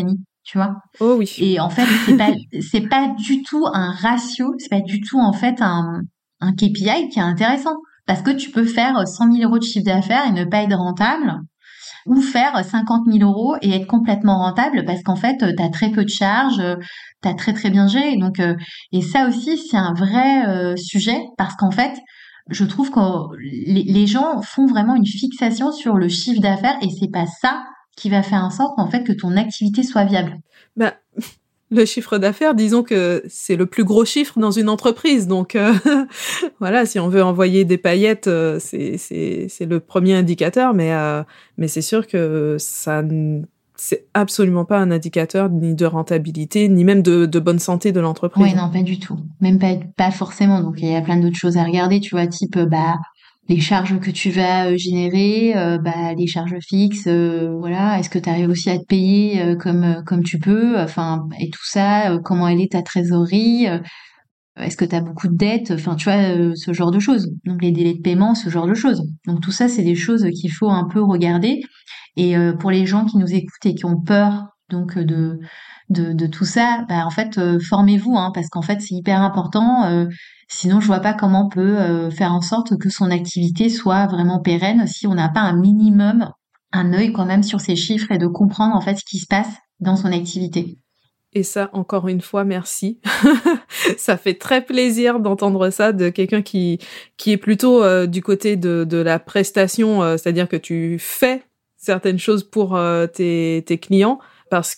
tu vois. Oh oui. Et en fait, c'est pas, c'est pas du tout un ratio, c'est pas du tout en fait un, un K P I qui est intéressant. Parce que tu peux faire cent mille euros de chiffre d'affaires et ne pas être rentable, ou faire cinquante mille euros et être complètement rentable parce qu'en fait, tu as très peu de charges, tu as très très bien géré. Donc, euh, et ça aussi, c'est un vrai euh, sujet parce qu'en fait, je trouve que les, les gens font vraiment une fixation sur le chiffre d'affaires et c'est pas ça qui va faire en sorte en fait que ton activité soit viable. Bah, le chiffre d'affaires, disons que c'est le plus gros chiffre dans une entreprise. Donc euh, voilà, si on veut envoyer des paillettes, euh, c'est c'est c'est le premier indicateur, mais euh, mais c'est sûr que ça c'est absolument pas un indicateur ni de rentabilité ni même de de bonne santé de l'entreprise. Oui, non, pas du tout. Même pas pas forcément. Donc il y a plein d'autres choses à regarder, tu vois, type euh, bah les charges que tu vas euh, générer, euh, bah les charges fixes, euh, voilà, est-ce que tu arrives aussi à te payer euh, comme euh, comme tu peux, enfin et tout ça, euh, comment elle est ta trésorerie, euh, est-ce que tu as beaucoup de dettes, enfin tu vois euh, ce genre de choses. Donc les délais de paiement, ce genre de choses. Donc tout ça c'est des choses qu'il faut un peu regarder et euh, pour les gens qui nous écoutent et qui ont peur donc de de, de tout ça, bah en fait euh, formez-vous hein, parce qu'en fait c'est hyper important. Euh, sinon je vois pas comment on peut euh, faire en sorte que son activité soit vraiment pérenne si on n'a pas un minimum, un œil quand même sur ses chiffres et de comprendre en fait ce qui se passe dans son activité. Et ça, encore une fois, merci. Ça fait très plaisir d'entendre ça de quelqu'un qui qui est plutôt euh, du côté de de la prestation, euh, c'est-à-dire que tu fais certaines choses pour euh, tes tes clients, parce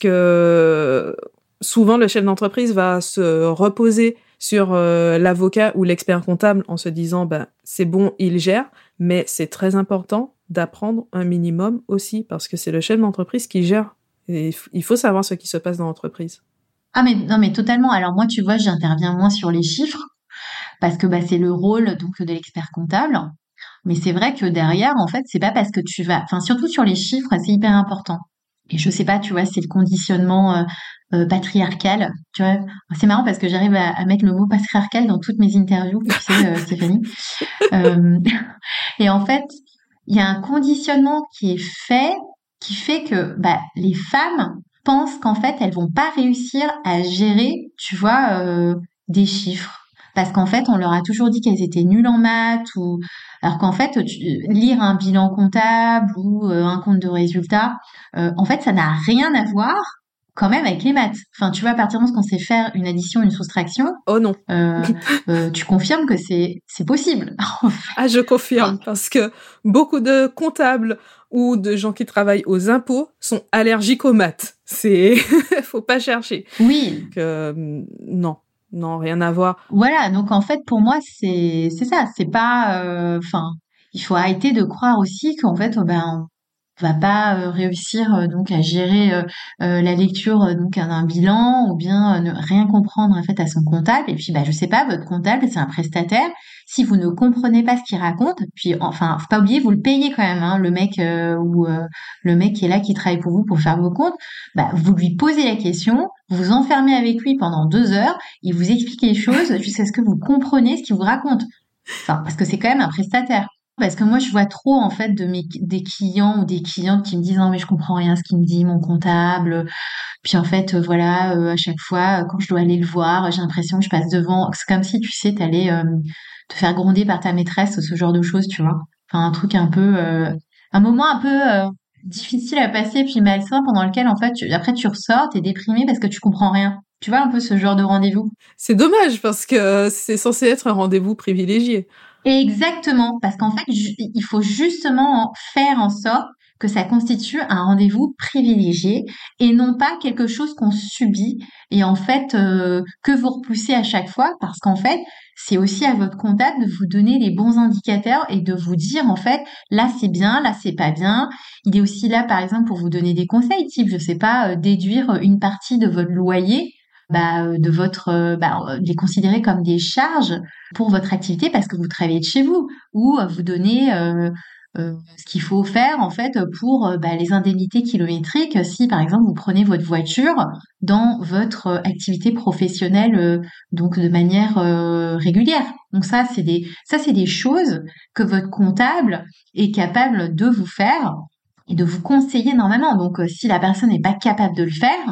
que souvent le chef d'entreprise va se reposer sur euh, l'avocat ou l'expert comptable en se disant ben c'est bon, il gère, mais c'est très important d'apprendre un minimum aussi parce que c'est le chef d'entreprise qui gère. Et il faut savoir ce qui se passe dans l'entreprise. Ah mais non mais totalement. Alors moi tu vois j'interviens moins sur les chiffres parce que bah c'est le rôle donc de l'expert comptable. Mais c'est vrai que derrière en fait c'est pas parce que tu vas, enfin surtout sur les chiffres c'est hyper important. Et je sais pas tu vois c'est le conditionnement euh, euh, patriarcal. Tu vois c'est marrant parce que j'arrive à, à mettre le mot patriarcal dans toutes mes interviews tu sais euh, Stéphanie. Euh, et en fait il y a un conditionnement qui est fait qui fait que bah les femmes pensent qu'en fait elles vont pas réussir à gérer tu vois euh, des chiffres parce qu'en fait on leur a toujours dit qu'elles étaient nulles en maths ou alors qu'en fait tu- lire un bilan comptable ou euh, un compte de résultat euh, en fait ça n'a rien à voir quand même avec les maths. Enfin tu vois à partir du moment où on sait faire une addition une soustraction Oh non. euh, euh, tu confirmes que c'est c'est possible. Ah, je confirme, parce que beaucoup de comptables ou de gens qui travaillent aux impôts sont allergiques aux maths. C'est, faut pas chercher. Oui, Donc, euh, non, non, rien à voir. voilà, donc en fait pour moi c'est c'est ça, c'est pas euh, enfin il faut arrêter de croire aussi qu'en fait oh, ben on va pas euh, réussir euh, donc à gérer euh, euh, la lecture euh, donc d'un bilan ou bien euh, ne rien comprendre en fait à son comptable et puis bah je sais pas votre comptable c'est un prestataire si vous ne comprenez pas ce qu'il raconte puis enfin faut pas oublier vous le payez quand même hein, le mec euh, ou euh, le mec qui est là qui travaille pour vous pour faire vos comptes bah vous lui posez la question vous vous enfermez avec lui pendant deux heures il vous explique les choses jusqu'à ce que vous compreniez ce qu'il vous raconte enfin parce que c'est quand même un prestataire. Parce que moi, je vois trop, en fait, de mes, des clients ou des clientes qui me disent, non, mais je comprends rien à ce qu'il me dit, mon comptable. Puis, en fait, euh, voilà, euh, à chaque fois, euh, quand je dois aller le voir, j'ai l'impression que je passe devant. C'est comme si, tu sais, t'allais euh, te faire gronder par ta maîtresse, ce genre de choses, tu vois. Enfin, un truc un peu, euh, un moment un peu euh, difficile à passer, puis malsain, pendant lequel, en fait, tu- après, tu ressors, t'es déprimé parce que tu comprends rien. Tu vois, un peu ce genre de rendez-vous. C'est dommage, parce que c'est censé être un rendez-vous privilégié. Exactement, parce qu'en fait, ju- il faut justement faire en sorte que ça constitue un rendez-vous privilégié et non pas quelque chose qu'on subit et en fait euh, que vous repoussez à chaque fois parce qu'en fait, c'est aussi à votre comptable de vous donner les bons indicateurs et de vous dire en fait là c'est bien, là c'est pas bien. Il est aussi là par exemple pour vous donner des conseils, type je sais pas, euh, déduire une partie de votre loyer, bah, euh, de votre, euh, bah, euh, les considérer comme des charges pour votre activité parce que vous travaillez de chez vous ou euh, vous donnez euh, euh, ce qu'il faut faire en fait pour euh, bah, les indemnités kilométriques si par exemple vous prenez votre voiture dans votre euh, activité professionnelle euh, donc de manière euh, régulière. Donc ça c'est des ça c'est des choses que votre comptable est capable de vous faire et de vous conseiller normalement. Donc euh, si la personne n'est pas capable de le faire,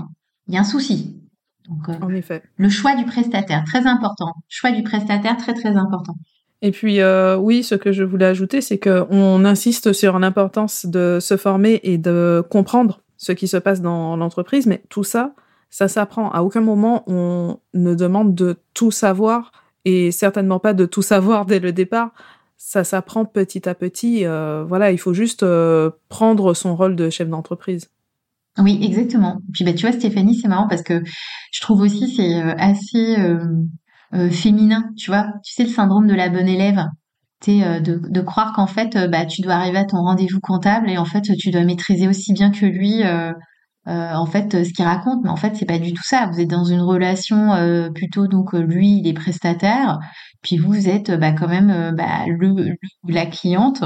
il y a un souci. Donc, euh, En effet. le choix du prestataire, très important. Choix du prestataire, très très important. Et puis, euh, oui, ce que je voulais ajouter, c'est qu'on insiste sur l'importance de se former et de comprendre ce qui se passe dans l'entreprise, mais tout ça, ça s'apprend. À aucun moment, on ne demande de tout savoir, et certainement pas de tout savoir dès le départ. Ça s'apprend petit à petit. Euh, voilà, il faut juste euh, prendre son rôle de chef d'entreprise. Oui, exactement. Puis bah tu vois Stéphanie, c'est marrant parce que je trouve aussi c'est euh, assez euh, euh, féminin, tu vois. Tu sais le syndrome de la bonne élève, c'est euh, de, de croire qu'en fait euh, bah tu dois arriver à ton rendez-vous comptable et en fait tu dois maîtriser aussi bien que lui euh, euh, en fait euh, ce qu'il raconte, mais en fait c'est pas du tout ça. Vous êtes dans une relation euh, plutôt donc euh, lui il est prestataire, puis vous vous êtes euh, bah quand même euh, bah le, le ou la cliente.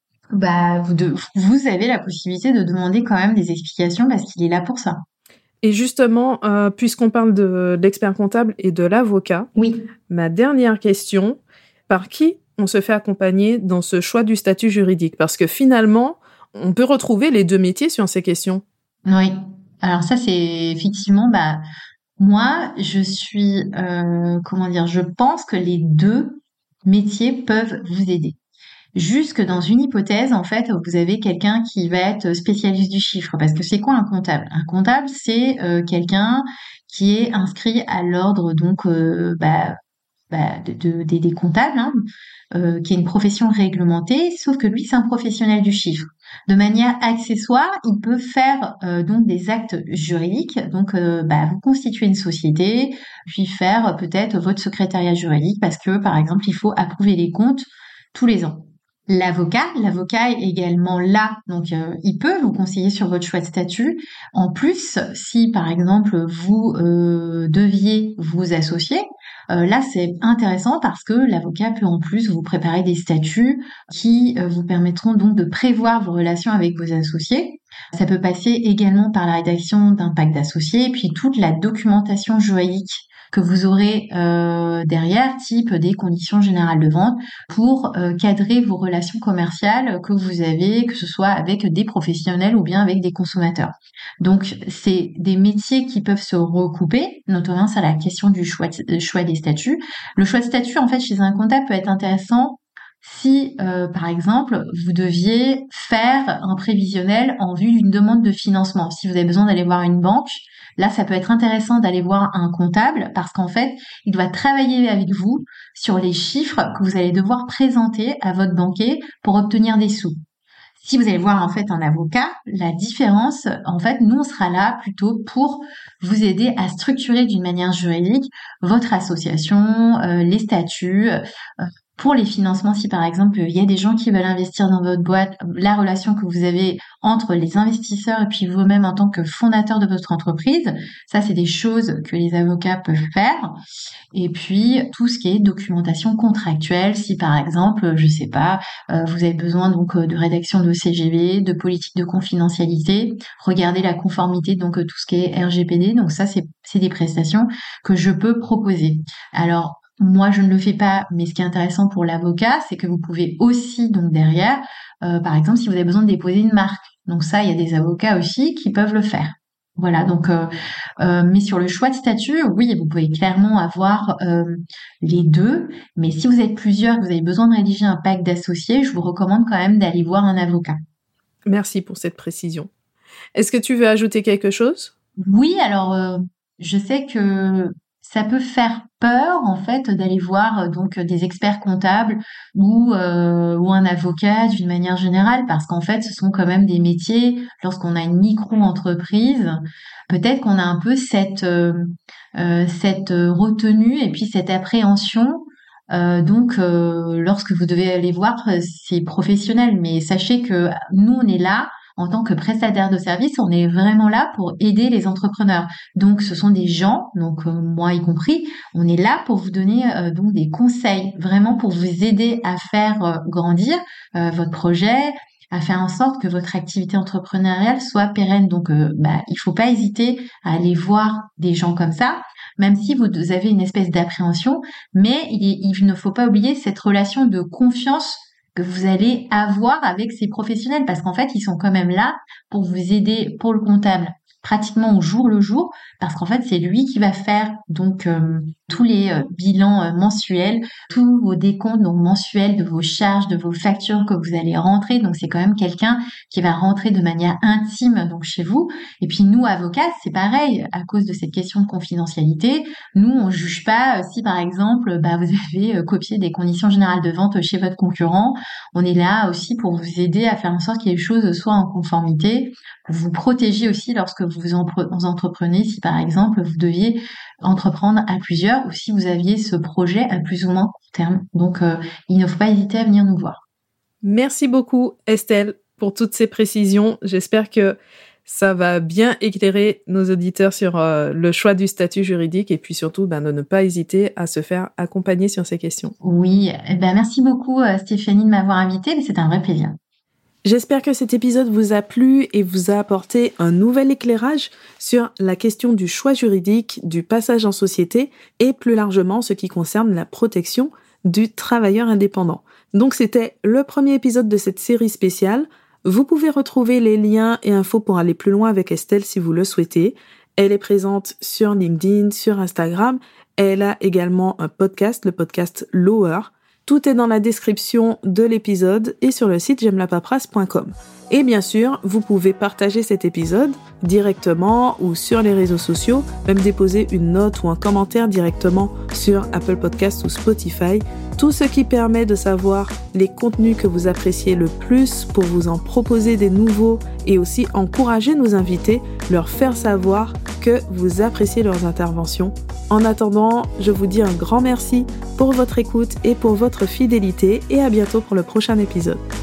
Bah, vous, de, vous avez la possibilité de demander quand même des explications parce qu'il est là pour ça. Et justement, euh, puisqu'on parle de, de l'expert comptable et de l'avocat, Oui. ma dernière question, par qui on se fait accompagner dans ce choix du statut juridique? Parce que finalement, on peut retrouver les deux métiers sur ces questions. Oui. Alors ça, c'est effectivement, bah, moi, je suis, euh, comment dire, je pense que les deux métiers peuvent vous aider. Jusque dans une hypothèse, en fait, vous avez quelqu'un qui va être spécialiste du chiffre. Parce que c'est quoi un comptable? Un comptable, c'est euh, quelqu'un qui est inscrit à l'ordre, donc, euh, bah, bah, de, de- des, des comptables, hein, euh, qui est une profession réglementée, sauf que lui, c'est un professionnel du chiffre. De manière accessoire, il peut faire euh, donc des actes juridiques, donc euh, bah, vous constituez une société, puis faire euh, peut-être votre secrétariat juridique, parce que par exemple, il faut approuver les comptes tous les ans. L'avocat, l'avocat est également là, donc euh, il peut vous conseiller sur votre choix de statut. En plus, si par exemple vous euh, deviez vous associer, euh, là, c'est intéressant parce que l'avocat peut en plus vous préparer des statuts qui euh, vous permettront donc de prévoir vos relations avec vos associés. Ça peut passer également par la rédaction d'un pacte d'associés et puis toute la documentation juridique que vous aurez euh, derrière, type des conditions générales de vente, pour euh, cadrer vos relations commerciales que vous avez, que ce soit avec des professionnels ou bien avec des consommateurs. Donc, c'est des métiers qui peuvent se recouper, notamment c'est la question du choix, de, choix des statuts. Le choix de statut, en fait, chez un comptable peut être intéressant si, euh, par exemple, vous deviez faire un prévisionnel en vue d'une demande de financement. Si vous avez besoin d'aller voir une banque, là, ça peut être intéressant d'aller voir un comptable parce qu'en fait, il doit travailler avec vous sur les chiffres que vous allez devoir présenter à votre banquier pour obtenir des sous. Si vous allez voir en fait un avocat, la différence, en fait, nous on sera là plutôt pour vous aider à structurer d'une manière juridique votre association, euh, les statuts, euh, pour les financements, si par exemple il y a des gens qui veulent investir dans votre boîte, la relation que vous avez entre les investisseurs et puis vous-même en tant que fondateur de votre entreprise, ça c'est des choses que les avocats peuvent faire. Et puis tout ce qui est documentation contractuelle, si par exemple, je sais pas, euh, vous avez besoin donc de rédaction de C G V, de politique de confidentialité, regardez la conformité, donc tout ce qui est R G P D, donc ça c'est c'est des prestations que je peux proposer. Alors moi, je ne le fais pas, mais ce qui est intéressant pour l'avocat, c'est que vous pouvez aussi, donc derrière, euh, par exemple, si vous avez besoin de déposer une marque. Donc ça, il y a des avocats aussi qui peuvent le faire. Voilà, donc, euh, euh, mais sur le choix de statut, oui, vous pouvez clairement avoir euh, les deux, mais si vous êtes plusieurs, que vous avez besoin de rédiger un pacte d'associés, je vous recommande quand même d'aller voir un avocat. Merci pour cette précision. Est-ce que tu veux ajouter quelque chose? Oui, alors, euh, je sais que ça peut faire peur en fait d'aller voir euh, donc des experts comptables ou euh, ou un avocat d'une manière générale parce qu'en fait ce sont quand même des métiers lorsqu'on a une micro-entreprise peut-être qu'on a un peu cette euh, euh, cette retenue et puis cette appréhension euh, donc euh, lorsque vous devez aller voir euh, ces professionnels mais sachez que nous on est là en tant que prestataire de service, on est vraiment là pour aider les entrepreneurs. Donc, ce sont des gens, donc euh, moi y compris, on est là pour vous donner euh, donc des conseils, vraiment pour vous aider à faire euh, grandir euh, votre projet, à faire en sorte que votre activité entrepreneuriale soit pérenne. Donc, euh, bah, il faut pas hésiter à aller voir des gens comme ça, même si vous avez une espèce d'appréhension, mais il, il ne faut pas oublier cette relation de confiance que vous allez avoir avec ces professionnels parce qu'en fait, ils sont quand même là pour vous aider pour le comptable pratiquement au jour le jour, parce qu'en fait, c'est lui qui va faire donc euh, tous les euh, bilans euh, mensuels, tous vos décomptes donc mensuels de vos charges, de vos factures que vous allez rentrer. Donc c'est quand même quelqu'un qui va rentrer de manière intime donc chez vous. Et puis nous, avocats, c'est pareil, à cause de cette question de confidentialité. Nous, on juge pas euh, si par exemple, bah, vous avez euh, copié des conditions générales de vente chez votre concurrent. On est là aussi pour vous aider à faire en sorte que les choses soient en conformité, pour vous protéger aussi lorsque vous entreprenez, si par exemple vous deviez entreprendre à plusieurs ou si vous aviez ce projet à plus ou moins court terme. Donc, euh, il ne faut pas hésiter à venir nous voir. Merci beaucoup, Estelle, pour toutes ces précisions. J'espère que ça va bien éclairer nos auditeurs sur euh, le choix du statut juridique et puis surtout ben, de ne pas hésiter à se faire accompagner sur ces questions. Oui, eh ben, merci beaucoup euh, Stéphanie de m'avoir invitée, c'est un vrai plaisir. J'espère que cet épisode vous a plu et vous a apporté un nouvel éclairage sur la question du choix juridique, du passage en société et plus largement ce qui concerne la protection du travailleur indépendant. Donc c'était le premier épisode de cette série spéciale. Vous pouvez retrouver les liens et infos pour aller plus loin avec Estelle si vous le souhaitez. Elle est présente sur LinkedIn, sur Instagram. Elle a également un podcast, le podcast Lower. Tout est dans la description de l'épisode et sur le site j'aime la paperasse point com. Et bien sûr, vous pouvez partager cet épisode directement ou sur les réseaux sociaux, même déposer une note ou un commentaire directement sur Apple Podcasts ou Spotify. Tout ce qui permet de savoir les contenus que vous appréciez le plus pour vous en proposer des nouveaux et aussi encourager nos invités, leur faire savoir que vous appréciez leurs interventions. En attendant, je vous dis un grand merci pour votre écoute et pour votre fidélité et à bientôt pour le prochain épisode.